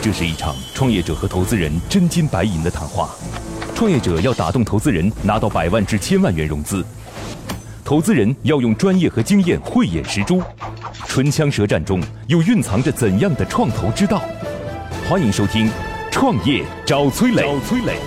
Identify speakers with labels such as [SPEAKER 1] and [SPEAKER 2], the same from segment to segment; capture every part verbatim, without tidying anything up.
[SPEAKER 1] 这是一场创业者和投资人真金白银的谈话。创业者要打动投资人，拿到百万至千万元融资；投资人要用专业和经验慧眼识珠。唇枪舌战中，又蕴藏着怎样的创投之道？欢迎收听《创业找崔磊》。找崔磊。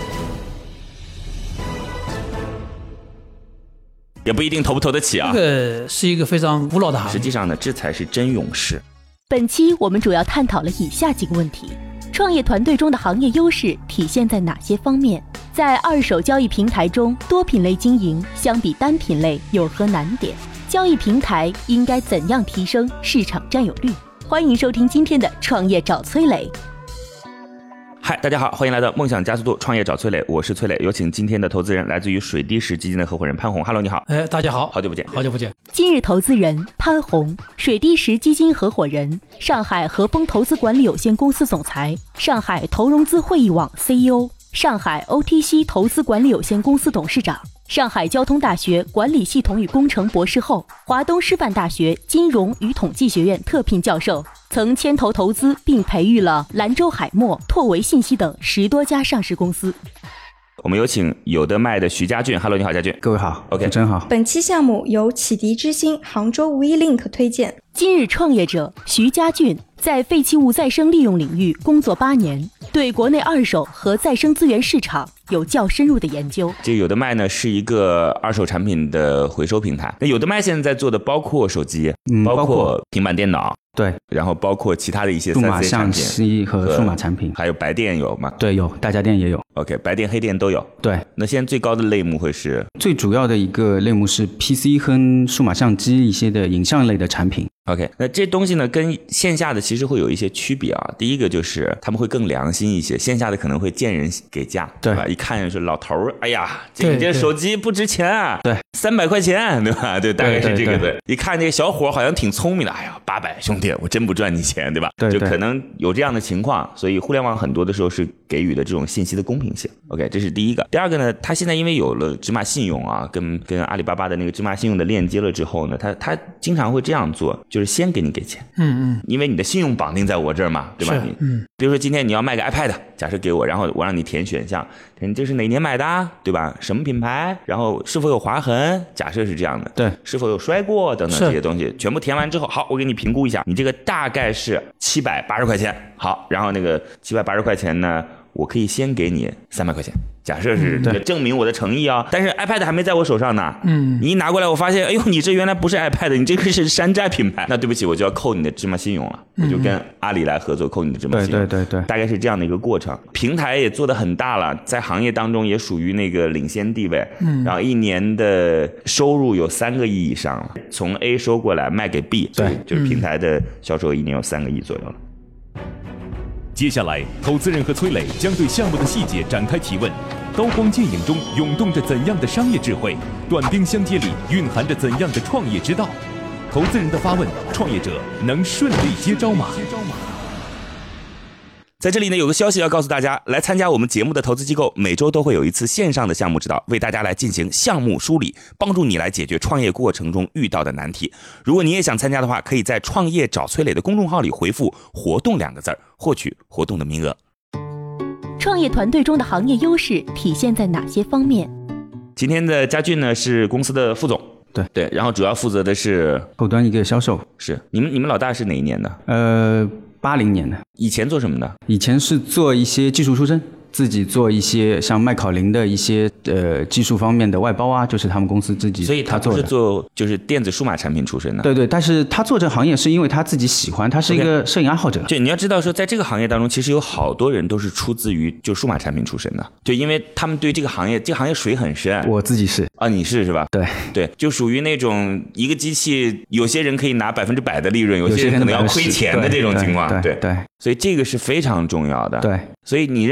[SPEAKER 2] 也不一定投不投得起啊。
[SPEAKER 3] 这个是一个非常古老的行业。
[SPEAKER 2] 实际上呢，这才是真勇士。
[SPEAKER 4] 本期我们主要探讨了以下几个问题：创业团队中的行业优势体现在哪些方面？在二手交易平台中，多品类经营相比单品类有何难点？交易平台应该怎样提升市场占有率？欢迎收听今天的创业找崔磊。
[SPEAKER 2] 嗨，大家好，欢迎来到梦想加速度创业找崔磊，我是崔磊。有请今天的投资人，来自于水滴石基金的合伙人潘红。Hello， 你好。
[SPEAKER 3] 哎，大家好，
[SPEAKER 2] 好久不见，
[SPEAKER 3] 好久不见。
[SPEAKER 4] 今日投资人潘红，水滴石基金合伙人，上海和丰投资管理有限公司总裁，上海投融资会议网 C E O， 上海 O T C 投资管理有限公司董事长，上海交通大学管理系统与工程博士后，华东师范大学金融与统计学院特聘教授，曾牵头投资并培育了兰州海默、拓维信息等十多家上市公司。
[SPEAKER 2] 我们有请有的卖的徐家俊。 Hello， 你好，家俊。
[SPEAKER 5] 各位好。
[SPEAKER 2] OK，
[SPEAKER 5] 真好。
[SPEAKER 6] 本期项目由启迪之星杭州 WeLink 推荐。
[SPEAKER 4] 今日创业者徐家俊在废弃物再生利用领域工作八年，对国内二手和再生资源市场有较深入的研究。
[SPEAKER 2] 这有的卖呢是一个二手产品的回收平台。那有的卖现在在做的包括手机、嗯、包括平板电脑，
[SPEAKER 5] 对，
[SPEAKER 2] 然后包括其他的一些
[SPEAKER 5] 数码
[SPEAKER 2] 三 C
[SPEAKER 5] 相机和数码产品，
[SPEAKER 2] 还有白电有吗？
[SPEAKER 5] 对，有，大家电也有。
[SPEAKER 2] OK， 白电黑电都有。
[SPEAKER 5] 对，
[SPEAKER 2] 那现在最高的类目会是？
[SPEAKER 5] 最主要的一个类目是 P C 和数码相机一些的影像类的产品。
[SPEAKER 2] OK， 那这东西呢跟线下的其实会有一些区别啊。第一个就是他们会更良心一些，线下的可能会见人给价，对吧？一看是老头儿，哎呀，这你这手机不值钱啊，对，三百块钱，对吧？对，大概是这个的。一看这个小伙好像挺聪明的，哎呀，八百兄弟，我真不赚你钱，对吧？对，就可能有这样的情况，所以互联网很多的时候是给予的这种信息的公平性。OK， 这是第一个。第二个呢，它现在因为有了芝麻信用啊，跟跟阿里巴巴的那个芝麻信用的链接了之后呢，它它经常会这样做。就是先给你给钱，嗯嗯，因为你的信用绑定在我这儿嘛，对吧？你嗯，比如说今天你要卖个 iPad， 假设给我，然后我让你填选项，填这是哪年买的，对吧？什么品牌，然后是否有划痕，假设是这样的，对，是否有摔过等等这些东西，全部填完之后，好，我给你评估一下，你这个大概是七百八十块钱，好，然后那个七百八十块钱呢，我可以先给你三百块钱。假设是证明我的诚意啊、嗯，但是 iPad 还没在我手上呢。嗯，你一拿过来，我发现，哎呦，你这原来不是 iPad， 你这个是山寨品牌。那对不起，我就要扣你的芝麻信用了，我就跟阿里来合作，扣你的芝麻信用。对对对对，大概是这样的一个过程。平台也做得很大了，在行业当中也属于那个领先地位。嗯，然后一年的收入有三个亿以上了，从 A 收过来卖给 B， 对，就是平台的销售一年有三个亿左右了。
[SPEAKER 1] 接下来，投资人和崔磊将对项目的细节展开提问。刀光剑影中涌动着怎样的商业智慧？短兵相接里蕴含着怎样的创业之道？投资人的发问，创业者能顺利接招吗？
[SPEAKER 2] 在这里呢，有个消息要告诉大家，来参加我们节目的投资机构每周都会有一次线上的项目指导，为大家来进行项目梳理，帮助你来解决创业过程中遇到的难题。如果你也想参加的话，可以在创业找崔磊的公众号里回复活动两个字，获取活动的名额。
[SPEAKER 4] 创业团队中的行业优势体现在哪些方面？
[SPEAKER 2] 今天的家俊呢是公司的副总，对对，然后主要负责的是
[SPEAKER 5] 后端一个销售。
[SPEAKER 2] 是你们你们老大是哪一年的？
[SPEAKER 5] 呃，八零年的。
[SPEAKER 2] 以前做什么的？
[SPEAKER 5] 以前是做一些技术出身，自己做一些像麦考林的一些呃技术方面的外包啊，就是他们公司自己。
[SPEAKER 2] 所以他不是做就是电子数码产品出身的。
[SPEAKER 5] 对对，但是他做这个行业是因为他自己喜欢，他是一个摄影爱好者。
[SPEAKER 2] 就你要知道说，在这个行业当中，其实有好多人都是出自于就数码产品出身的，就因为他们对这个行业，这个行业水很深。
[SPEAKER 5] 我自己是
[SPEAKER 2] 啊，你是是吧？
[SPEAKER 5] 对
[SPEAKER 2] 对，就属于那种一个机器，有些人可以拿百分之百的利润，有些人可能要亏钱的这种情况。对 对, 对, 对，所以这个是非常重要的。
[SPEAKER 5] 对，
[SPEAKER 2] 所以你认为你们创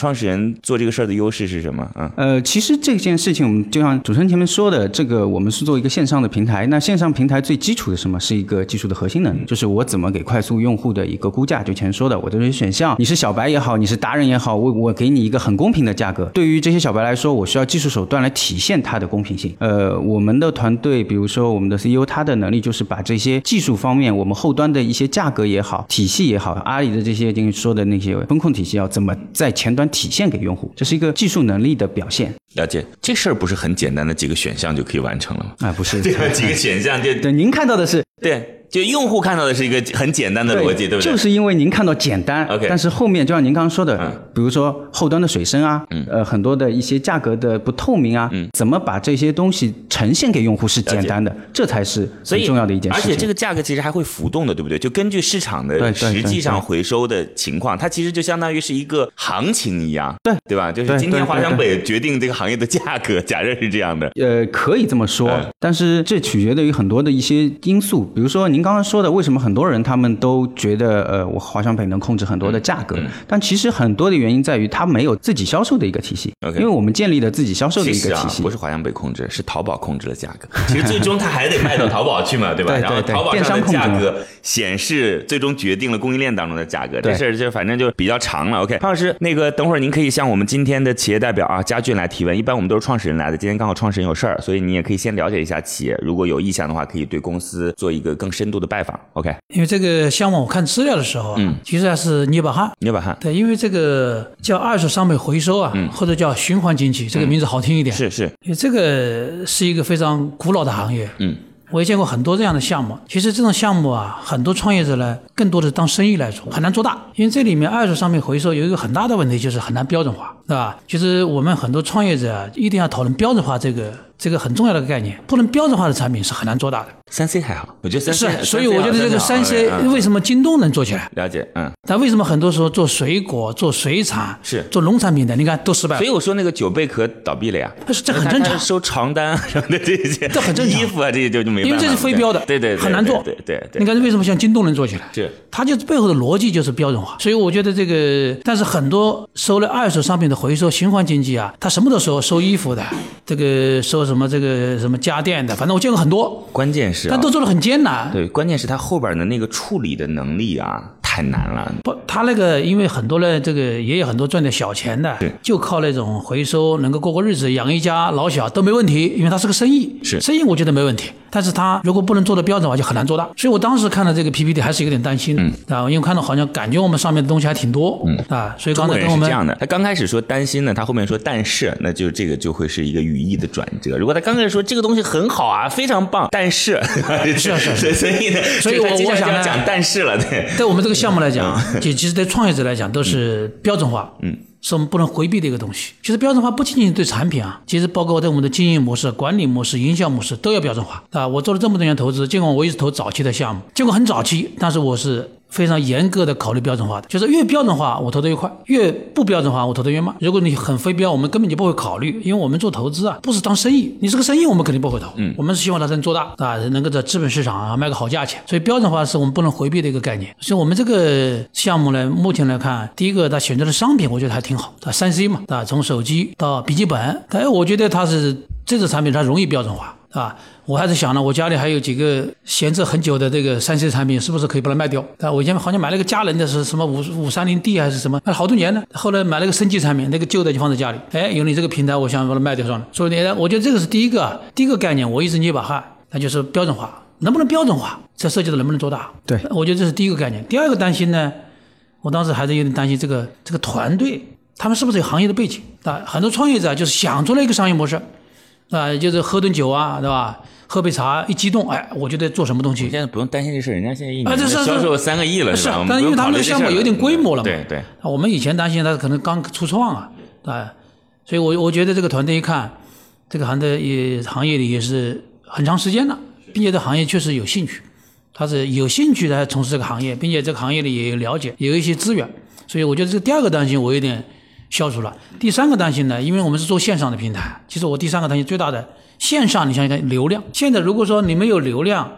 [SPEAKER 2] 创始人做这个事儿的优势是什么？嗯，
[SPEAKER 5] 呃，其实这件事情我们就像主持人前面说的，这个我们是做一个线上的平台，那线上平台最基础的什么是一个技术的核心能力，就是我怎么给快速用户的一个估价，就前说的我的这些选项，你是小白也好，你是达人也好，我我给你一个很公平的价格。对于这些小白来说，我需要技术手段来体现它的公平性。呃，我们的团队，比如说我们的 C E O， 他的能力就是把这些技术方面，我们后端的一些价格也好，体系也好，阿里的这些您说的那些风控体系要怎么在前端体现给用户，这是一个技术能力的表现。
[SPEAKER 2] 了解，这事儿不是很简单的几个选项就可以完成了吗？
[SPEAKER 5] 啊，不是，
[SPEAKER 2] 这个几个选项就
[SPEAKER 5] 对，您看到的是
[SPEAKER 2] 对。就用户看到的是一个很简单的逻辑， 对, 对不对？
[SPEAKER 5] 就是因为您看到简单
[SPEAKER 2] ，OK，
[SPEAKER 5] 但是后面就像您刚刚说的，嗯、比如说后端的水深啊，
[SPEAKER 2] 嗯、
[SPEAKER 5] 呃，很多的一些价格的不透明啊，嗯、怎么把这些东西呈现给用户是简单的，这才是很重要的一件事情。
[SPEAKER 2] 而且这个价格其实还会浮动的，对不对？就根据市场的实际上回收的情况，它其实就相当于是一个行情一样，
[SPEAKER 5] 对
[SPEAKER 2] 对吧？就是今天华强北决定这个行业的价格，假设是这样的，
[SPEAKER 5] 呃，可以这么说，嗯、但是这取决于很多的一些因素，比如说您刚刚说的为什么。很多人他们都觉得呃，我华强北能控制很多的价格、嗯嗯、但其实很多的原因在于他没有自己销售的一个体系、okay. 因为我们建立了自己销售的一个体系、
[SPEAKER 2] 啊、不是华强北控制，是淘宝控制了价格。其实最终他还得卖到淘宝去嘛，对吧？
[SPEAKER 5] 对对对，
[SPEAKER 2] 然后淘宝上的价格显示最终决定了供应链当中的价格，这事儿就反正就比较长了。 OK， 潘老师，那个等会儿您可以向我们今天的企业代表啊嘉俊来提问，一般我们都是创始人来的，今天刚好创始人有事儿，所以你也可以先了解一下企业，如果有意向的话可以对公司做一个更深度的拜访。 OK，
[SPEAKER 3] 因为这个项目我看资料的时候啊，嗯，其实还是捏把汗，
[SPEAKER 2] 捏把汗。
[SPEAKER 3] 对，因为这个叫二手商品回收啊，嗯、或者叫循环经济，这个名字好听一点。
[SPEAKER 2] 嗯、是是，
[SPEAKER 3] 因为这个是一个非常古老的行业。嗯。我也见过很多这样的项目，其实这种项目啊，很多创业者呢，更多的是当生意来做，很难做大。因为这里面二手商品回收有一个很大的问题，就是很难标准化，对吧？其实我们很多创业者啊，一定要讨论标准化这个这个很重要的概念，不能标准化的产品是很难做大的。
[SPEAKER 2] 三 C 还好，我觉得三 C
[SPEAKER 3] 是，所以我觉得这个三 C 为什么京东能做起来？
[SPEAKER 2] 了解，嗯。
[SPEAKER 3] 但为什么很多时候做水果、做水产、
[SPEAKER 2] 是
[SPEAKER 3] 做农产品的，你看都失败了。
[SPEAKER 2] 所以我说那个九贝壳倒闭了呀，
[SPEAKER 3] 这很正常。
[SPEAKER 2] 收床单什么的这些，
[SPEAKER 3] 这很正常。
[SPEAKER 2] 衣服啊这些就就没办法，
[SPEAKER 3] 因为这是非标的，
[SPEAKER 2] 对对，
[SPEAKER 3] 很难做。
[SPEAKER 2] 对对对。
[SPEAKER 3] 你看为什么像京东能做起来？
[SPEAKER 2] 是，
[SPEAKER 3] 它就是背后的逻辑就是标准化。所以我觉得这个，但是很多收了二手商品的回收循环经济啊，他什么都收，收衣服的，这个收什么这个什么家电的，反正我见过很多。
[SPEAKER 2] 关键是、啊，
[SPEAKER 3] 但都做得很艰难。
[SPEAKER 2] 对，关键是他后边的那个处理的能力啊。太难了，
[SPEAKER 3] 不，他那个因为很多人这个也有很多赚点小钱的，就靠那种回收能够过过日子，养一家老小都没问题，因为他是个生意，
[SPEAKER 2] 是
[SPEAKER 3] 生意我觉得没问题，但是他如果不能做的标准化就很难做大，所以我当时看了这个 P P T 还是有点担心，嗯，啊，因为看到好像感觉我们上面的东西还挺多，嗯啊，所以刚才跟我们
[SPEAKER 2] 是这样的，他刚开始说担心呢，他后面说但是，那就这个就会是一个语义的转折。如果他刚开始说这个东西很好啊，非常棒，但是
[SPEAKER 3] 是是是，
[SPEAKER 2] 所以呢，
[SPEAKER 3] 所以我我想
[SPEAKER 2] 要讲但是了，对，
[SPEAKER 3] 对我们这个项目来讲。其实对创业者来讲都是标准化，嗯，是我们不能回避的一个东西。其实标准化不仅仅对产品啊，其实包括对我们的经营模式、管理模式、营销模式都要标准化啊。我做了这么多年投资，尽管我也是投早期的项目，尽管很早期，但是我是非常严格的考虑标准化的，就是越标准化我投得越快，越不标准化我投得越慢。如果你很非标，我们根本就不会考虑，因为我们做投资啊，不是当生意，你是个生意我们肯定不会投，嗯，我们是希望它能做大啊，能够在资本市场啊卖个好价钱，所以标准化是我们不能回避的一个概念。所以我们这个项目呢，目前来看，第一个它选择的商品我觉得还挺好，它三 C 嘛，啊，从手机到笔记本，但我觉得它是这个产品它容易标准化。啊，我还是想了，我家里还有几个闲置很久的这个三 C 产品，是不是可以把它卖掉？啊，我以前好像买了个佳能的是什么五五三零 D 还是什么，好多年了。后来买了个升级产品，那个旧的就放在家里。哎，有你这个平台，我想把它卖掉算了。所以呢，我觉得这个是第一个，第一个概念，我一直捏把汗，那就是标准化，能不能标准化，这涉及到能不能做大。
[SPEAKER 5] 对，
[SPEAKER 3] 我觉得这是第一个概念。第二个担心呢，我当时还是有点担心这个这个团队，他们是不是有行业的背景啊？很多创业者就是想出了一个商业模式。啊，就是喝顿酒啊，对吧？喝杯茶，一激动，哎，我觉得做什么东西。
[SPEAKER 2] 现在不用担心这事，人家现在一年销售三个亿了，
[SPEAKER 3] 是
[SPEAKER 2] 吧？
[SPEAKER 3] 但是因为他们的项目有点规模了嘛。
[SPEAKER 2] 对对。
[SPEAKER 3] 我们以前担心他可能刚初创啊，啊，所以我我觉得这个团队一看，这个行的也行业里也是很长时间了，并且这行业确实有兴趣，他是有兴趣来从事这个行业，并且这个行业里也有了解，有一些资源，所以我觉得这个第二个担心我有点消除了。第三个担心呢，因为我们是做线上的平台，其实我第三个担心最大的线上，你想想看流量。现在如果说你没有流量，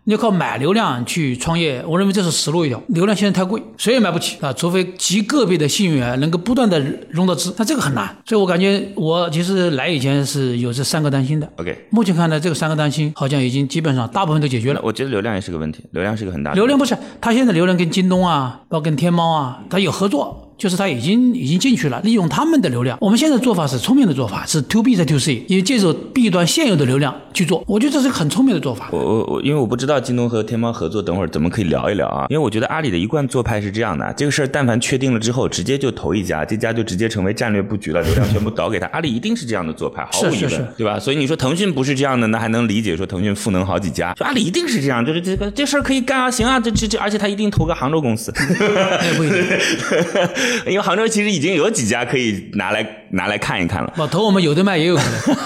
[SPEAKER 3] 你要靠买流量去创业，我认为这是死路一条。流量现在太贵，谁也买不起啊，除非极个别的幸运儿能够不断的融到资，但这个很难。所以我感觉我其实来以前是有这三个担心的。
[SPEAKER 2] OK，
[SPEAKER 3] 目前看来这个三个担心好像已经基本上大部分都解决了。
[SPEAKER 2] 我觉得流量也是个问题，流量是个很大的问题。
[SPEAKER 3] 流量不是，他现在流量跟京东啊，包括跟天猫啊，他有合作。就是他已经已经进去了，利用他们的流量。我们现在做法是聪明的做法，是 to B 再 to C， 也借助 B 端现有的流量去做。我觉得这是个很聪明的做法。
[SPEAKER 2] 我我我，因为我不知道京东和天猫合作，等会儿怎么可以聊一聊啊？因为我觉得阿里的一贯做派是这样的，这个事儿但凡确定了之后，直接就投一家，这家就直接成为战略布局了，流量全部导给他。阿里一定是这样的做派，毫无疑问，
[SPEAKER 3] 是是是对
[SPEAKER 2] 吧？所以你说腾讯不是这样的，那还能理解说腾讯赋能好几家。就阿里一定是这样，就是这个这事儿可以干啊，行啊，这这这，而且他一定投个杭州公司，
[SPEAKER 3] 不一定，
[SPEAKER 2] 因为杭州其实已经有几家可以拿来拿来看一看了。
[SPEAKER 3] 我投我们有的卖也有可能。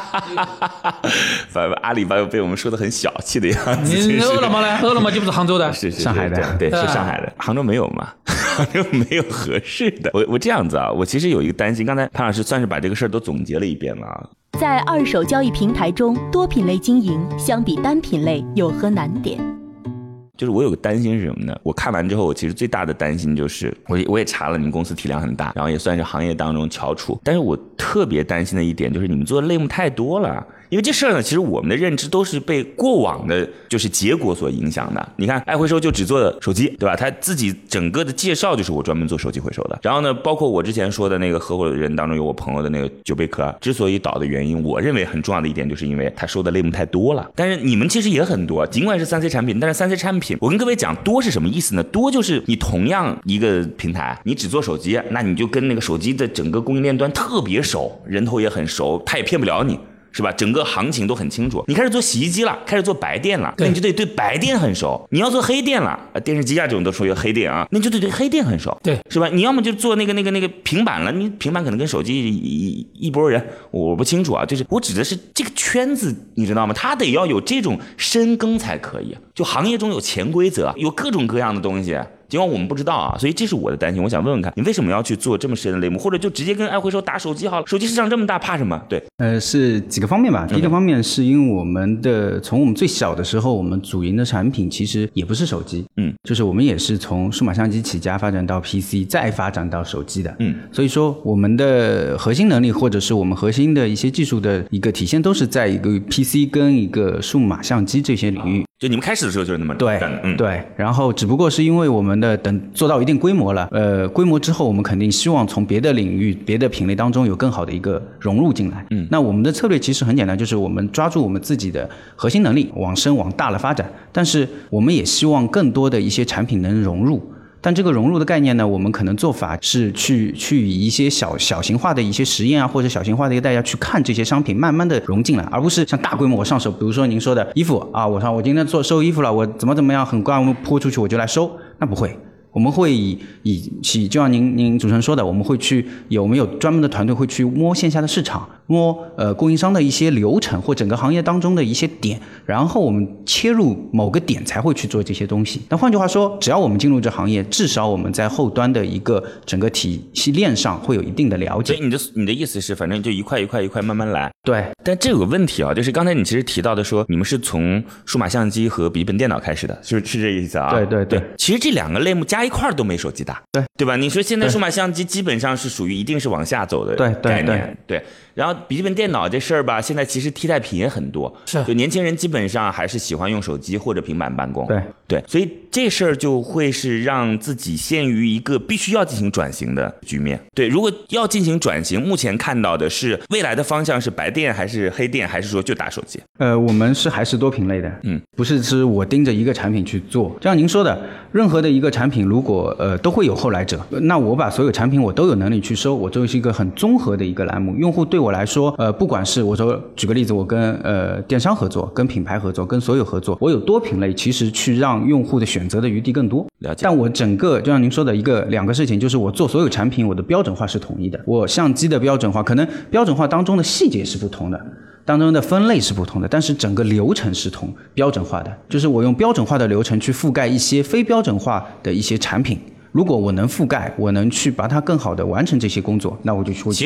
[SPEAKER 2] 把阿里巴巴被我们说的很小气的样子。
[SPEAKER 3] 你饿了么呢？饿了么就不是杭州的，
[SPEAKER 2] 是是
[SPEAKER 5] 上海的，
[SPEAKER 2] 对，是上海的。杭州没有嘛？杭州没有合适的。我我这样子啊，我其实有一个担心，刚才潘老师算是把这个事儿都总结了一遍了啊。
[SPEAKER 4] 在二手交易平台中，多品类经营相比单品类有何难点？
[SPEAKER 2] 就是我有个担心是什么呢？我看完之后，我其实最大的担心就是我我也查了，你们公司体量很大，然后也算是行业当中翘楚，但是我特别担心的一点就是你们做的类目太多了。因为这事儿呢，其实我们的认知都是被过往的就是结果所影响的。你看爱回收就只做手机，对吧？他自己整个的介绍就是我专门做手机回收的。然后呢，包括我之前说的那个合伙人当中有我朋友的那个九贝壳，之所以倒的原因，我认为很重要的一点就是因为他收的类目太多了。但是你们其实也很多，尽管是三 C 产品，但是三 C 产品我跟各位讲多是什么意思呢？多就是你同样一个平台，你只做手机，那你就跟那个手机的整个供应链端特别熟，人头也很熟，他也骗不了你，是吧？整个行情都很清楚。你开始做洗衣机了，开始做白电了，那你就得对白电很熟。你要做黑电了，电视机啊这种都属于黑电啊，那你就得对黑电很熟，
[SPEAKER 3] 对，
[SPEAKER 2] 是吧？你要么就做那个那个那个平板了，你平板可能跟手机一一波人，我不清楚啊。就是我指的是这个圈子，你知道吗？它得要有这种深耕才可以。就行业中有潜规则，有各种各样的东西。尽管我们不知道啊，所以这是我的担心。我想问问看，你为什么要去做这么深的类目，或者就直接跟爱回收打手机好了？手机市场这么大，怕什么？对，
[SPEAKER 5] 呃，是几个方面吧。第一个方面是因为我们的从我们最小的时候，我们主营的产品其实也不是手机，
[SPEAKER 2] 嗯，
[SPEAKER 5] 就是我们也是从数码相机起家，发展到 P C， 再发展到手机的，
[SPEAKER 2] 嗯，
[SPEAKER 5] 所以说我们的核心能力或者是我们核心的一些技术的一个体现，都是在一个 P C 跟一个数码相机这些领域。
[SPEAKER 2] 就你们开始的时候就是那么
[SPEAKER 5] 对，
[SPEAKER 2] 嗯，
[SPEAKER 5] 对，然后只不过是因为我们的等做到一定规模了，呃，规模之后我们肯定希望从别的领域、别的品类当中有更好的一个融入进来。嗯，那我们的策略其实很简单，就是我们抓住我们自己的核心能力，往深往大了发展，但是我们也希望更多的一些产品能融入。但这个融入的概念呢，我们可能做法是去去以一些小小型化的一些实验啊，或者小型化的一个代价去看这些商品，慢慢的融进来，而不是像大规模我上手，比如说您说的衣服啊，我说我今天做收衣服了，我怎么怎么样很快泼出去我就来收，那不会。我们会以以以就像您您主持人说的，我们会去有我们有专门的团队会去摸线下的市场，摸呃供应商的一些流程或整个行业当中的一些点，然后我们切入某个点才会去做这些东西。但换句话说，只要我们进入这行业，至少我们在后端的一个整个体系链上会有一定的了解。
[SPEAKER 2] 所以你的你的意思是，反正就一块一块一块慢慢来。
[SPEAKER 5] 对，
[SPEAKER 2] 但这有个问题啊，就是刚才你其实提到的说，你们是从数码相机和笔记本电脑开始的，是是这意思啊？
[SPEAKER 5] 对对 对,
[SPEAKER 2] 对。其实这两个类目加一块都没手机大，
[SPEAKER 5] 对
[SPEAKER 2] 对吧？你说现在数码相机基本上是属于一定是往下走的概念，
[SPEAKER 5] 对对 对,
[SPEAKER 2] 对。然后笔记本电脑这事儿吧，现在其实替代品也很多，
[SPEAKER 3] 是
[SPEAKER 2] 就年轻人基本上还是喜欢用手机或者平板办公，
[SPEAKER 5] 对
[SPEAKER 2] 对，所以这事儿就会是让自己陷于一个必须要进行转型的局面。对，如果要进行转型，目前看到的是未来的方向是白电还是黑电，还是说就打手机？
[SPEAKER 5] 呃，我们是还是多品类的，
[SPEAKER 2] 嗯，
[SPEAKER 5] 不是是我盯着一个产品去做。就像您说的，任何的一个产品，如果呃都会有后来者，那我把所有产品我都有能力去收，我就是一个很综合的一个栏目。用户对我来说，呃，不管是我说举个例子，我跟呃电商合作、跟品牌合作、跟所有合作，我有多品类，其实去让用户的选择的余地更多。
[SPEAKER 2] 了解。
[SPEAKER 5] 但我整个就像您说的一个两个事情，就是我做所有产品，我的标准化是统一的。我相机的标准化，可能标准化当中的细节是不同的。当中的分类是不同的，但是整个流程是同标准化的，就是我用标准化的流程去覆盖一些非标准化的一些产品。如果我能覆盖，我能去把它更好的完成这些工作，那我就去。
[SPEAKER 2] 其实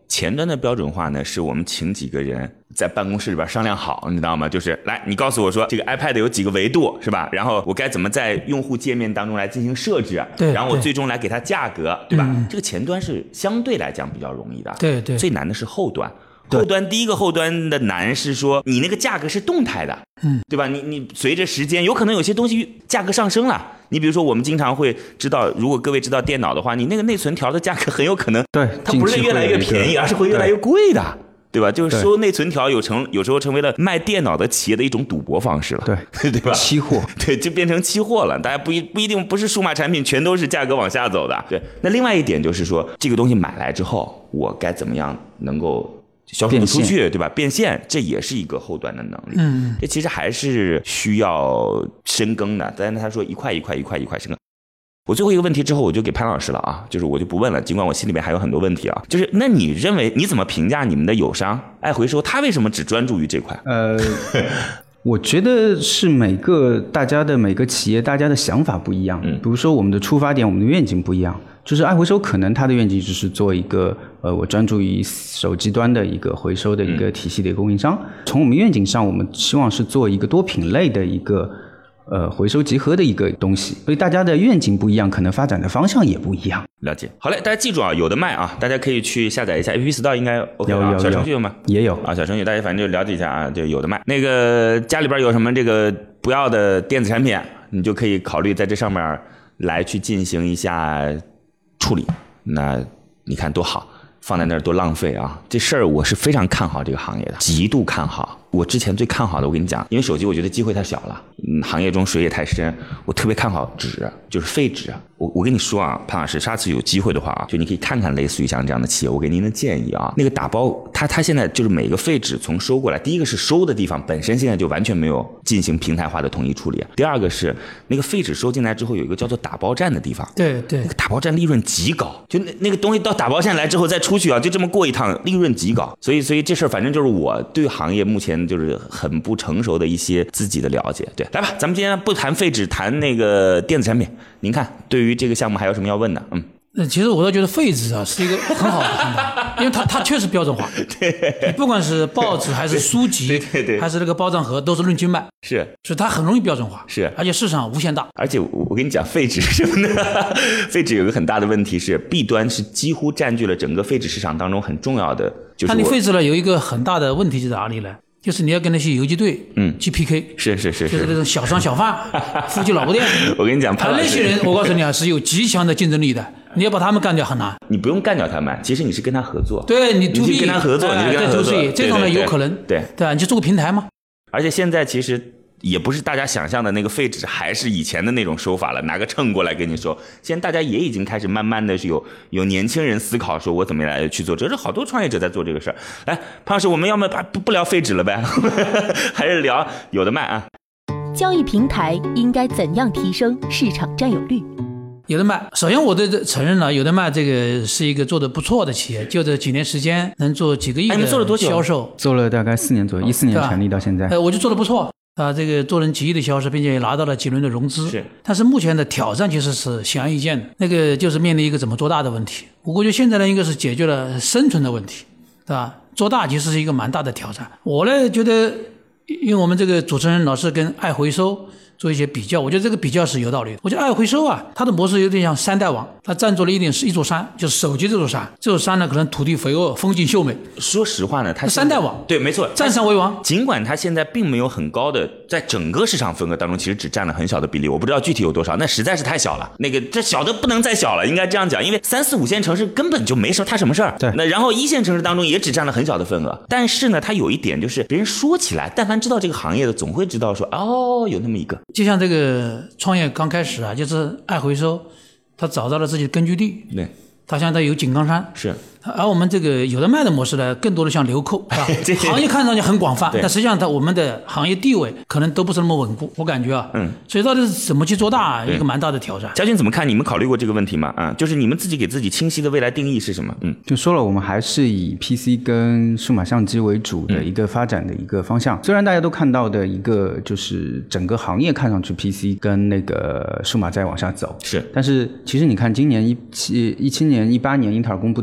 [SPEAKER 2] 前端的标准化呢，是我们请几个人在办公室里边商量好，你知道吗？就是来，你告诉我说这个 iPad 有几个维度，是吧？然后我该怎么在用户界面当中来进行设置，
[SPEAKER 3] 对，
[SPEAKER 2] 然后我最终来给它价格，对吧？嗯、这个前端是相对来讲比较容易的，
[SPEAKER 3] 对对。
[SPEAKER 2] 最难的是后端。后端第一个后端的难是说你那个价格是动态的，嗯，对吧？你你随着时间有可能有些东西价格上升了。你比如说我们经常会知道，如果各位知道电脑的话，你那个内存条的价格很有可能
[SPEAKER 5] 对
[SPEAKER 2] 它不是越来越便宜，而是会越来越贵的。对吧？就是收内存条有成有时候成为了卖电脑的企业的一种赌博方式了，
[SPEAKER 5] 对
[SPEAKER 2] 对吧？
[SPEAKER 5] 期货，
[SPEAKER 2] 对，就变成期货了。大家不一不一定不是数码产品全都是价格往下走的。对，那另外一点就是说，这个东西买来之后，我该怎么样能够销售出去，对吧？变现，这也是一个后端的能力。嗯，这其实还是需要深耕的。但是他说一块一块一块一块深耕。我最后一个问题之后，我就给潘老师了啊，就是我就不问了，尽管我心里面还有很多问题啊。就是那你认为你怎么评价你们的友商爱回收？他为什么只专注于这块？
[SPEAKER 5] 呃，我觉得是每个大家的每个企业大家的想法不一样。嗯，比如说我们的出发点，我们的愿景不一样。就是爱回收可能它的愿景就是做一个呃，我专注于手机端的一个回收的一个体系的供应商。嗯、从我们愿景上，我们希望是做一个多品类的一个。呃，回收集合的一个东西，所以大家的愿景不一样，可能发展的方向也不一样。
[SPEAKER 2] 了解。好嘞，大家记住啊，有的卖啊，大家可以去下载一下 A P P Store， 应该 OK 啊。
[SPEAKER 5] 有有
[SPEAKER 2] 小程序有吗？
[SPEAKER 5] 也有
[SPEAKER 2] 啊，小程序大家反正就了解一下啊，就有的卖。那个家里边有什么这个不要的电子产品，你就可以考虑在这上面来去进行一下处理。那你看多好。放在那儿多浪费啊！这事儿我是非常看好这个行业的，极度看好。我之前最看好的，我跟你讲，因为手机我觉得机会太小了，嗯，行业中水也太深，我特别看好纸，就是废纸。我我跟你说啊，潘老师，下次有机会的话啊，就你可以看看类似于像这样的企业，我给您的建议啊，那个打包，它它现在就是每个废纸从收过来，第一个是收的地方本身现在就完全没有进行平台化的统一处理，第二个是那个废纸收进来之后有一个叫做打包站的地方，
[SPEAKER 3] 对对，
[SPEAKER 2] 那个打包站利润极高，就那那个东西到打包站来之后再出去啊，就这么过一趟，利润极高。所以所以这事儿反正就是我对行业目前就是很不成熟的一些自己的了解。对，来吧，咱们今天不谈废纸，谈那个电子产品。您看，对于这个项目还有什么要问的？嗯。
[SPEAKER 3] 其实我倒觉得废纸啊是一个很好的平台，因为它它确实标准化，对，不管是报纸还是书籍，
[SPEAKER 2] 对对对，
[SPEAKER 3] 还是那个包装盒，都是论斤卖，
[SPEAKER 2] 是，
[SPEAKER 3] 所以它很容易标准化，
[SPEAKER 2] 是，
[SPEAKER 3] 而且市场无限大。
[SPEAKER 2] 而且我跟你讲，废纸什么的，废纸有个很大的问题是，弊端是几乎占据了整个废纸市场当中很重要的，就是。
[SPEAKER 3] 那你废纸呢有一个很大的问题是在哪里呢？就是你要跟那些游击队嗯去 P K，
[SPEAKER 2] 是是是是，
[SPEAKER 3] 就是那种小商小贩、夫妻老婆店。
[SPEAKER 2] 我跟你讲，
[SPEAKER 3] 他那些人，我告诉你啊，是有极强的竞争力的。你要把他们干掉很难。
[SPEAKER 2] 你不用干掉他们，其实你是跟他合作。
[SPEAKER 3] 对你 to B，
[SPEAKER 2] 你跟他合作，你跟他合作，
[SPEAKER 3] 这种呢有可能。
[SPEAKER 2] 对
[SPEAKER 3] 对啊，你就做个平台嘛。
[SPEAKER 2] 而且现在其实。也不是大家想象的那个废纸还是以前的那种收法了，拿个秤过来跟你说。现在大家也已经开始慢慢的是有有年轻人思考说我怎么来去做，这是好多创业者在做这个事儿。来，潘老师，我们要么不不聊废纸了呗，还是聊有的卖啊。
[SPEAKER 4] 交易平台应该怎样提升市场占有率？
[SPEAKER 3] 有的卖，首先我对这承认了，有的卖这个是一个做的不错的企业，就这几年时间能做几个亿的销售，
[SPEAKER 5] 做了大概四年左右，一四年成立到现在，
[SPEAKER 3] 呃，我就做的不错。啊，这个做人几亿的销售，并且也拿到了几轮的融资。是，但是目前的挑战其实是显而易见的，那个就是面临一个怎么做大的问题。我估计现在呢，应该是解决了生存的问题，对吧？做大其实是一个蛮大的挑战。我呢觉得，因为我们这个主持人老是跟爱回收做一些比较，我觉得这个比较是有道理的。我觉得爱回收啊，它的模式有点像山大王，它占住了一点是一座山，就是手机这座山。这座山呢，可能土地肥沃，风景秀美。
[SPEAKER 2] 说实话呢，它
[SPEAKER 3] 山大王，
[SPEAKER 2] 对，没错，
[SPEAKER 3] 占山为王。
[SPEAKER 2] 尽管它现在并没有很高的，在整个市场份额当中，其实只占了很小的比例，我不知道具体有多少，那实在是太小了。那个这小的不能再小了，应该这样讲，因为三四五线城市根本就没什么它什么事儿。
[SPEAKER 5] 对，
[SPEAKER 2] 那然后一线城市当中也只占了很小的份额。但是呢，它有一点就是，别人说起来，但凡知道这个行业的，总会知道说，哦，有那么一个，
[SPEAKER 3] 就像这个。创业刚开始啊，就是爱回收，他找到了自己的根据地，
[SPEAKER 2] 对，
[SPEAKER 3] 他相当于有井冈山，
[SPEAKER 2] 是。
[SPEAKER 3] 而我们这个有的卖的模式呢，更多的像流扣，是吧？行业看上去很广泛，但实际上它我们的行业地位可能都不是那么稳固，我感觉啊，嗯，所以到底是怎么去做大，一个蛮大的挑战。
[SPEAKER 2] 嘉军怎么看？你们考虑过这个问题吗？啊、嗯，就是你们自己给自己清晰的未来定义是什么？嗯，
[SPEAKER 5] 就说了，我们还是以 P C 跟数码相机为主的一个发展的一个方向。嗯、虽然大家都看到的一个就是整个行业看上去 P C 跟那个数码在往下走，
[SPEAKER 2] 是，
[SPEAKER 5] 但是其实你看今年一七一七年、一八年英特尔公布的一些数据。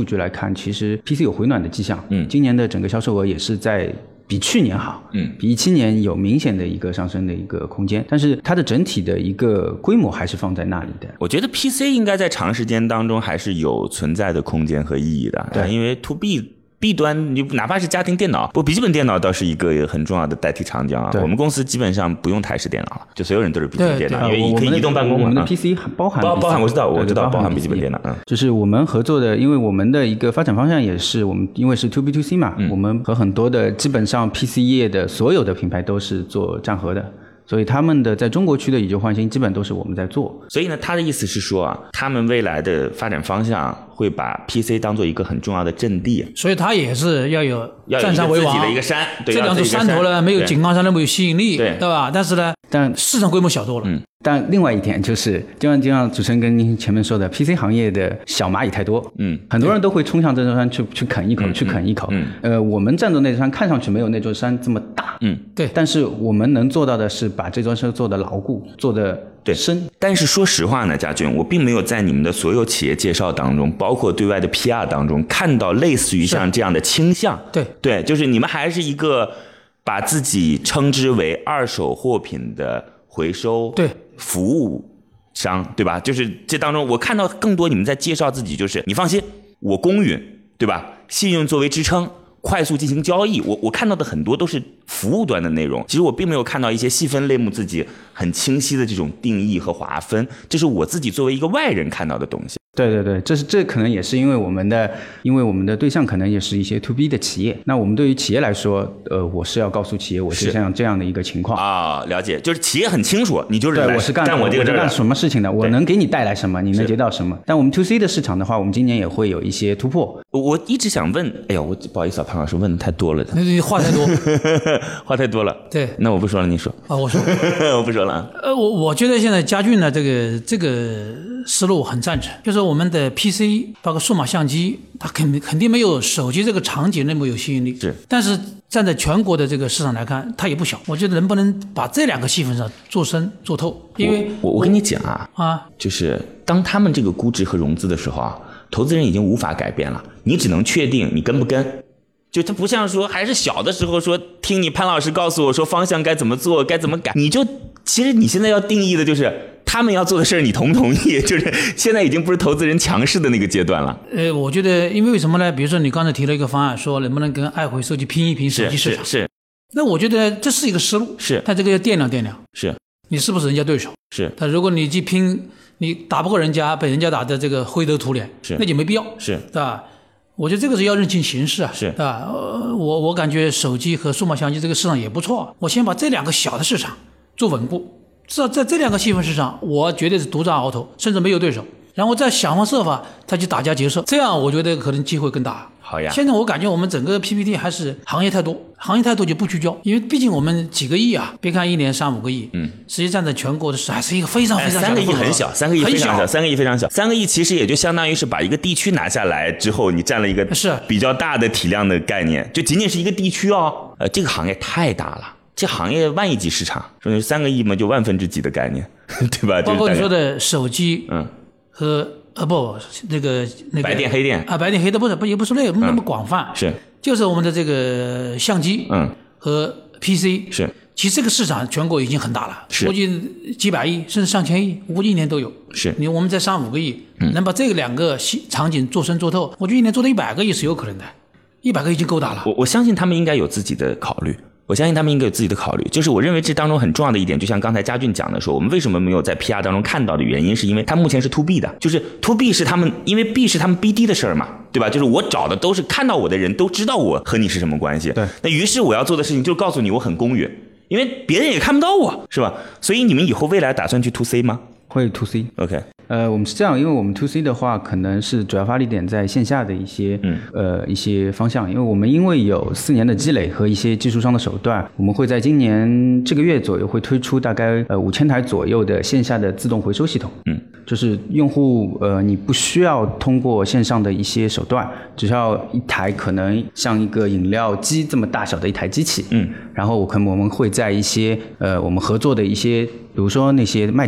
[SPEAKER 5] 据来看，其实 P C 有回暖的迹象。嗯，今年的整个销售额也是在比去年好，嗯，比一七年有明显的一个上升的一个空间，但是它的整体的一个规模还是放在那里的。
[SPEAKER 2] 我觉得 P C 应该在长时间当中还是有存在的空间和意义的，对，因为 to B。B 端你哪怕是家庭电脑，不，笔记本电脑倒是一个很重要的代替场景啊。我们公司基本上不用台式电脑了，就所有人都是笔记本电脑，因为可以移动办公嘛。
[SPEAKER 5] 我们的 P C 包含
[SPEAKER 2] 包包含我知道我知道包含笔记本电脑，嗯，
[SPEAKER 5] 就是我们合作的，因为我们的一个发展方向也是我们因为是 to B to C 嘛，嗯，我们和很多的基本上 P C 业的所有的品牌都是做战合的。所以他们的在中国区的以旧换新基本都是我们在做。
[SPEAKER 2] 所以呢，他的意思是说啊，他们未来的发展方向会把 P C 当做一个很重要的阵地。
[SPEAKER 3] 所以他也是要有占山为王，
[SPEAKER 2] 要有自己的一个山。对，
[SPEAKER 3] 这两座山头呢，没有井冈山那么有吸引力，对，对吧？但是呢，
[SPEAKER 5] 但
[SPEAKER 3] 市场规模小多了。
[SPEAKER 5] 嗯。但另外一点就是，就像就像主持人跟您前面说的 ，P C 行业的小蚂蚁太多，嗯，很多人都会冲向这座山去去啃一口，嗯、去啃一口。嗯，呃，我们站在那座山，看上去没有那座山这么大，
[SPEAKER 2] 嗯，
[SPEAKER 3] 对。
[SPEAKER 5] 但是我们能做到的是把这座山做的牢固，做的
[SPEAKER 2] 对
[SPEAKER 5] 深。
[SPEAKER 2] 但是说实话呢，家俊，我并没有在你们的所有企业介绍当中，包括对外的 P R 当中，看到类似于像这样的倾向。
[SPEAKER 3] 对
[SPEAKER 2] 对，就是你们还是一个把自己称之为二手货品的回收
[SPEAKER 3] 对
[SPEAKER 2] 服务商，对吧？就是这当中我看到更多你们在介绍自己，就是你放心，我公允，对吧？信用作为支撑，快速进行交易。我我看到的很多都是服务端的内容，其实我并没有看到一些细分类目自己很清晰的这种定义和划分，这是我自己作为一个外人看到的东西。
[SPEAKER 5] 对对对，这是这可能也是因为我们的，因为我们的对象可能也是一些 to B 的企业。那我们对于企业来说，呃，我是要告诉企业，我是像这样的一个情况
[SPEAKER 2] 啊，了解，就是企业很清楚，你就是
[SPEAKER 5] 对，我是干
[SPEAKER 2] 干我这个
[SPEAKER 5] 我干什么事情的，我能给你带来什么，你能接到什么。但我们 to C 的市场的话，我们今年也会有一些突破。
[SPEAKER 2] 我一直想问，哎呀，我不好意思啊，潘老师问的太多了，
[SPEAKER 3] 那话太多，
[SPEAKER 2] 话太多了。
[SPEAKER 3] 对，
[SPEAKER 2] 那我不说了，你说
[SPEAKER 3] 啊，我说，
[SPEAKER 2] 我不说了。
[SPEAKER 3] 呃，我我觉得现在家俊呢，这个这个思路很赞成，就是我们的 P C。包括数码相机，它肯肯定没有手机这个场景那么有吸引力。
[SPEAKER 2] 是，
[SPEAKER 3] 但是站在全国的这个市场来看，它也不小。我觉得能不能把这两个细分上做深做透？因为
[SPEAKER 2] 我 我, 我跟你讲啊
[SPEAKER 3] 啊，
[SPEAKER 2] 就是当他们这个估值和融资的时候啊，投资人已经无法改变了，你只能确定你跟不跟。就它不像说还是小的时候说听你潘老师告诉我说方向该怎么做该怎么改，你就其实你现在要定义的就是他们要做的事儿你同不同意，就是现在已经不是投资人强势的那个阶段了。
[SPEAKER 3] 呃，我觉得因为为什么呢？比如说你刚才提了一个方案，说能不能跟爱回收去拼一拼手机市场，
[SPEAKER 2] 是 是, 是
[SPEAKER 3] 那我觉得这是一个思路，
[SPEAKER 2] 是，
[SPEAKER 3] 但这个要掂量掂量，
[SPEAKER 2] 是
[SPEAKER 3] 你是不是人家对手，
[SPEAKER 2] 是，
[SPEAKER 3] 但如果你去拼，你打不过人家，被人家打的这个灰头土脸，
[SPEAKER 2] 是，
[SPEAKER 3] 那就没必要，
[SPEAKER 2] 是，
[SPEAKER 3] 对吧？我觉得这个是要认清形势啊，
[SPEAKER 2] 是，
[SPEAKER 3] 对吧？呃，我我感觉手机和数码相机这个市场也不错，我先把这两个小的市场做稳固，至少在这两个细分市场，我绝对是独占鳌头，甚至没有对手，然后再想方设法再去打家劫舍，这样我觉得可能机会更大。
[SPEAKER 2] 好呀，
[SPEAKER 3] 现在我感觉我们整个 P P T 还是行业太多，行业太多就不聚焦，因为毕竟我们几个亿啊，别看一年三五个亿，嗯，实际站在全国的是还是一个非常非常小的、
[SPEAKER 2] 哎、三个亿很小，三个亿非常小，三个亿非常小，三个亿其实也就相当于是把一个地区拿下来之后，你占了一个
[SPEAKER 3] 是
[SPEAKER 2] 比较大的体量的概念，就仅仅是一个地区哦，呃，这个行业太大了。这行业万亿级市场，说是三个亿嘛，就万分之几的概念，对吧？
[SPEAKER 3] 包括你说的手机，
[SPEAKER 2] 嗯，
[SPEAKER 3] 和呃不那个那个
[SPEAKER 2] 白电黑电
[SPEAKER 3] 啊，白电黑的不是不也不是那个那么广泛，
[SPEAKER 2] 嗯、是
[SPEAKER 3] 就是我们的这个相机，
[SPEAKER 2] 嗯，
[SPEAKER 3] 和 P C
[SPEAKER 2] 是，
[SPEAKER 3] 其实这个市场全国已经很大了，
[SPEAKER 2] 是，
[SPEAKER 3] 估计几百亿甚至上千亿，我估计一年都有。
[SPEAKER 2] 是，
[SPEAKER 3] 你我们再三五个亿，嗯，能把这个两个场景做深做透，我觉得一年做到一百个亿是有可能的，一百个亿已经够大了。
[SPEAKER 2] 我我相信他们应该有自己的考虑。我相信他们应该有自己的考虑，就是我认为这当中很重要的一点，就像刚才家俊讲的说，我们为什么没有在 P R 当中看到的原因，是因为它目前是 to B 的，就是 to B 是他们，因为 B 是他们 B D 的事儿嘛，对吧？就是我找的都是看到我的人都知道我和你是什么关系，
[SPEAKER 5] 对。
[SPEAKER 2] 那于是我要做的事情就是告诉你我很公允，因为别人也看不到我，是吧？所以你们以后未来打算去 to C 吗？
[SPEAKER 5] 会 to C。
[SPEAKER 2] OK。
[SPEAKER 5] 呃，我们是这样，因为我们 to C 的话，可能是主要发力点在线下的一些，嗯，呃，一些方向。因为我们因为有四年的积累和一些技术上的手段，我们会在今年这个月左右会推出大概呃五千台左右的线下的自动回收系统。嗯，就是用户呃你不需要通过线上的一些手段，只要一台可能像一个饮料机这么大小的一台机器，嗯，然后可能我们会在一些呃我们合作的一些，比如说那些卖场。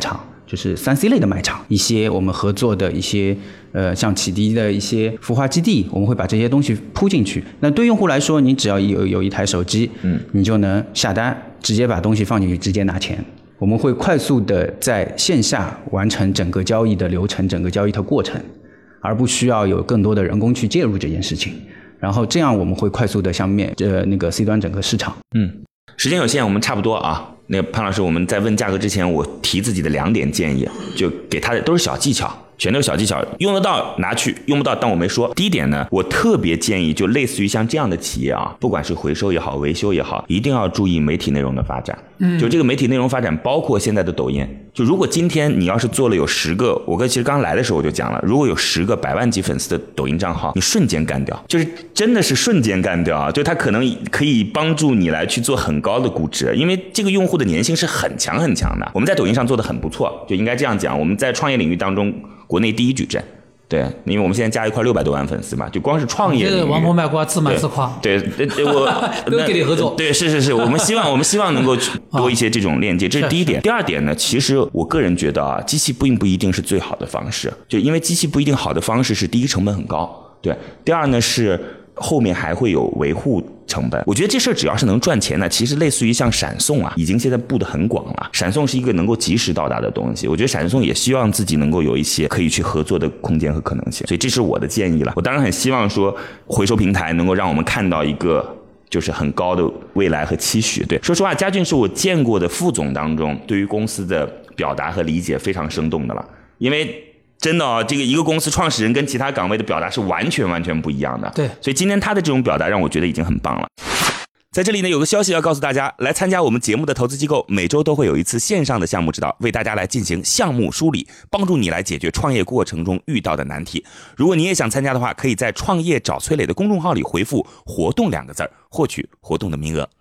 [SPEAKER 5] 就是三 C 类的卖场，一些我们合作的一些呃像启迪的一些孵化基地，我们会把这些东西铺进去。那对用户来说，你只要有有一台手机，嗯，你就能下单，直接把东西放进去，直接拿钱。我们会快速的在线下完成整个交易的流程，整个交易的过程，而不需要有更多的人工去介入这件事情。然后这样我们会快速的向面呃那个 C 端整个市场。
[SPEAKER 2] 嗯，时间有限，我们差不多啊。那个潘老师，我们在问价格之前，我提自己的两点建议，就给他的都是小技巧。全都是小技巧，用得到拿去，用不到当我没说。第一点呢，我特别建议就类似于像这样的企业啊，不管是回收也好，维修也好，一定要注意媒体内容的发展。嗯，就这个媒体内容发展，包括现在的抖音。就如果今天你要是做了有十个，我跟其实刚来的时候我就讲了，如果有十个百万级粉丝的抖音账号，你瞬间干掉，就是真的是瞬间干掉啊！就它可能可以帮助你来去做很高的估值，因为这个用户的粘性是很强很强的。我们在抖音上做的很不错，就应该这样讲，我们在创业领域当中。国内第一矩阵，对，因为我们现在加一块六百多万粉丝嘛，就光是创业领域，
[SPEAKER 3] 这个王婆卖瓜，自卖自夸。
[SPEAKER 2] 对，对，对我
[SPEAKER 3] 都给你合作。
[SPEAKER 2] 对，是是是，我们希望我们希望能够多一些这种链接，这是第一点。第二点呢，其实我个人觉得啊，机器并不一定是最好的方式，就因为机器不一定好的方式是第一成本很高，对，第二呢是后面还会有维护成本。我觉得这事儿只要是能赚钱的，其实类似于像闪送啊，已经现在布得很广了。闪送是一个能够及时到达的东西，我觉得闪送也希望自己能够有一些可以去合作的空间和可能性，所以这是我的建议了。我当然很希望说回收平台能够让我们看到一个就是很高的未来和期许。对，说实话，嘉俊是我见过的副总当中对于公司的表达和理解非常生动的了，因为真的哦，这个一个公司创始人跟其他岗位的表达是完全完全不一样的。
[SPEAKER 3] 对，
[SPEAKER 2] 所以今天他的这种表达让我觉得已经很棒了。在这里呢，有个消息要告诉大家，来参加我们节目的投资机构每周都会有一次线上的项目指导，为大家来进行项目梳理，帮助你来解决创业过程中遇到的难题。如果你也想参加的话，可以在创业找崔磊的公众号里回复活动两个字，获取活动的名额。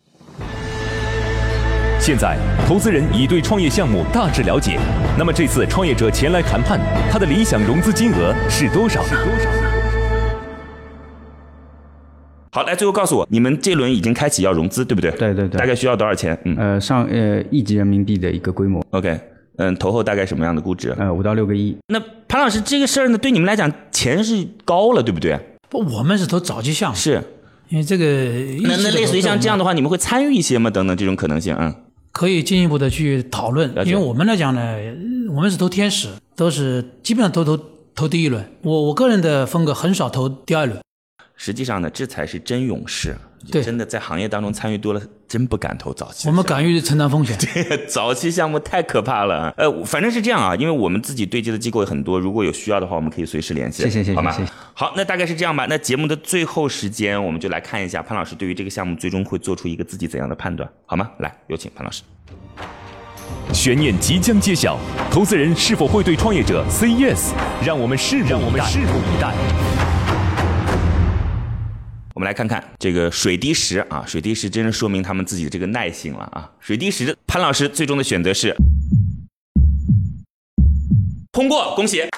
[SPEAKER 1] 现在投资人已对创业项目大致了解，那么这次创业者前来谈判，他的理想融资金额是多少？是多少？
[SPEAKER 2] 好，来最后告诉我，你们这轮已经开启要融资，对不对？
[SPEAKER 5] 对对对。
[SPEAKER 2] 大概需要多少钱？嗯，
[SPEAKER 5] 呃，上呃亿级人民币的一个规模。
[SPEAKER 2] OK， 嗯，投后大概什么样的估值？
[SPEAKER 5] 呃，五到六个亿。
[SPEAKER 2] 那潘老师，这个事儿呢，对你们来讲钱是高了，对不对？
[SPEAKER 3] 不，我们是投早期项目，
[SPEAKER 2] 是
[SPEAKER 3] 因为这个
[SPEAKER 2] 那那类似于像这样的话，你们会参与一些吗？等等这种可能性，嗯。
[SPEAKER 3] 可以进一步的去讨论，因为我们来讲呢，我们是投天使，都是基本上都投投第一轮。我我个人的风格很少投第二轮。
[SPEAKER 2] 实际上呢，这才是真勇士。
[SPEAKER 3] 对，
[SPEAKER 2] 真的在行业当中参与多了，真不敢投早期。
[SPEAKER 3] 我们敢于承担风险。
[SPEAKER 2] 对，早期项目太可怕了。呃，反正是这样啊，因为我们自己对接的机构很多，如果有需要的话，我们可以随时联系。
[SPEAKER 5] 谢谢谢谢，
[SPEAKER 2] 好吗？
[SPEAKER 5] 谢谢。
[SPEAKER 2] 好，那大概是这样吧。那节目的最后时间，我们就来看一下潘老师对于这个项目最终会做出一个自己怎样的判断，好吗？来，有请潘老师。
[SPEAKER 1] 悬念即将揭晓，投资人是否会对创业者 say yes？ 让我们拭目以待。让我们拭目以待。
[SPEAKER 2] 我们来看看这个水滴石啊，水滴石真是说明他们自己的这个耐性了啊。水滴石潘老师最终的选择是通过，恭喜。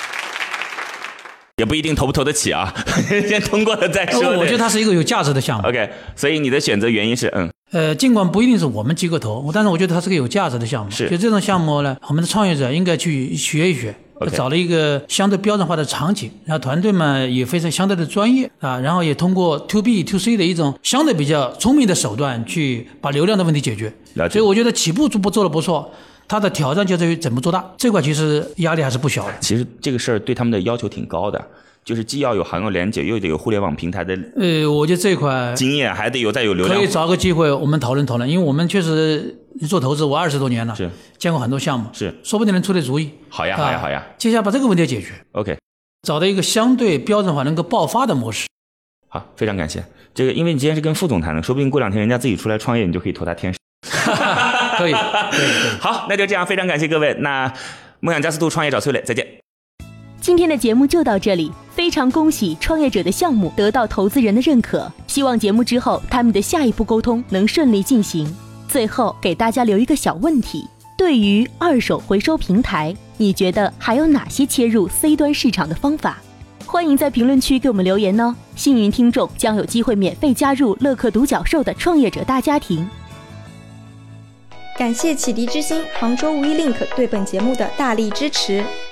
[SPEAKER 2] 也不一定投不投得起啊，先通过了再说。
[SPEAKER 3] 我觉得它是一个有价值的项目。
[SPEAKER 2] OK， 所以你的选择原因是嗯。
[SPEAKER 3] 呃，尽管不一定是我们机构投，但是我觉得它是个有价值的项目。
[SPEAKER 2] 是，
[SPEAKER 3] 就这种项目呢，我们的创业者应该去学一学。
[SPEAKER 2] Okay.
[SPEAKER 3] 找了一个相对标准化的场景，然后团队们也非常相对的专业啊，然后也通过 to B to C 的一种相对比较聪明的手段去把流量的问题解决。所以我觉得起步做做得不错，它的挑战就在于怎么做大，这块其实压力还是不小的。
[SPEAKER 2] 其实这个事儿对他们的要求挺高的。就是既要有行业连接，又得有互联网平台的
[SPEAKER 3] 呃，我觉得这一块
[SPEAKER 2] 经验，还得有再有流量。
[SPEAKER 3] 可以找个机会我们讨论讨论，因为我们确实做投资，我二十多年了，
[SPEAKER 2] 是
[SPEAKER 3] 见过很多项目，
[SPEAKER 2] 是
[SPEAKER 3] 说不定能出点主意。
[SPEAKER 2] 好呀，好呀，好呀！
[SPEAKER 3] 接下来把这个问题解决。
[SPEAKER 2] OK，
[SPEAKER 3] 找到一个相对标准化能够爆发的模式。
[SPEAKER 2] 好，非常感谢这个，因为你今天是跟副总谈的，说不定过两天人家自己出来创业，你就可以投他天使。
[SPEAKER 3] 可以，可以，可以。
[SPEAKER 2] 好，那就这样，非常感谢各位。那梦想加速度创业找崔磊，再见。
[SPEAKER 4] 今天的节目就到这里，非常恭喜创业者的项目得到投资人的认可，希望节目之后他们的下一步沟通能顺利进行。最后给大家留一个小问题，对于二手回收平台，你觉得还有哪些切入 C 端市场的方法？欢迎在评论区给我们留言哦，幸运听众将有机会免费加入乐客独角兽的创业者大家庭。
[SPEAKER 6] 感谢启迪之星、杭州 WeLink 对本节目的大力支持。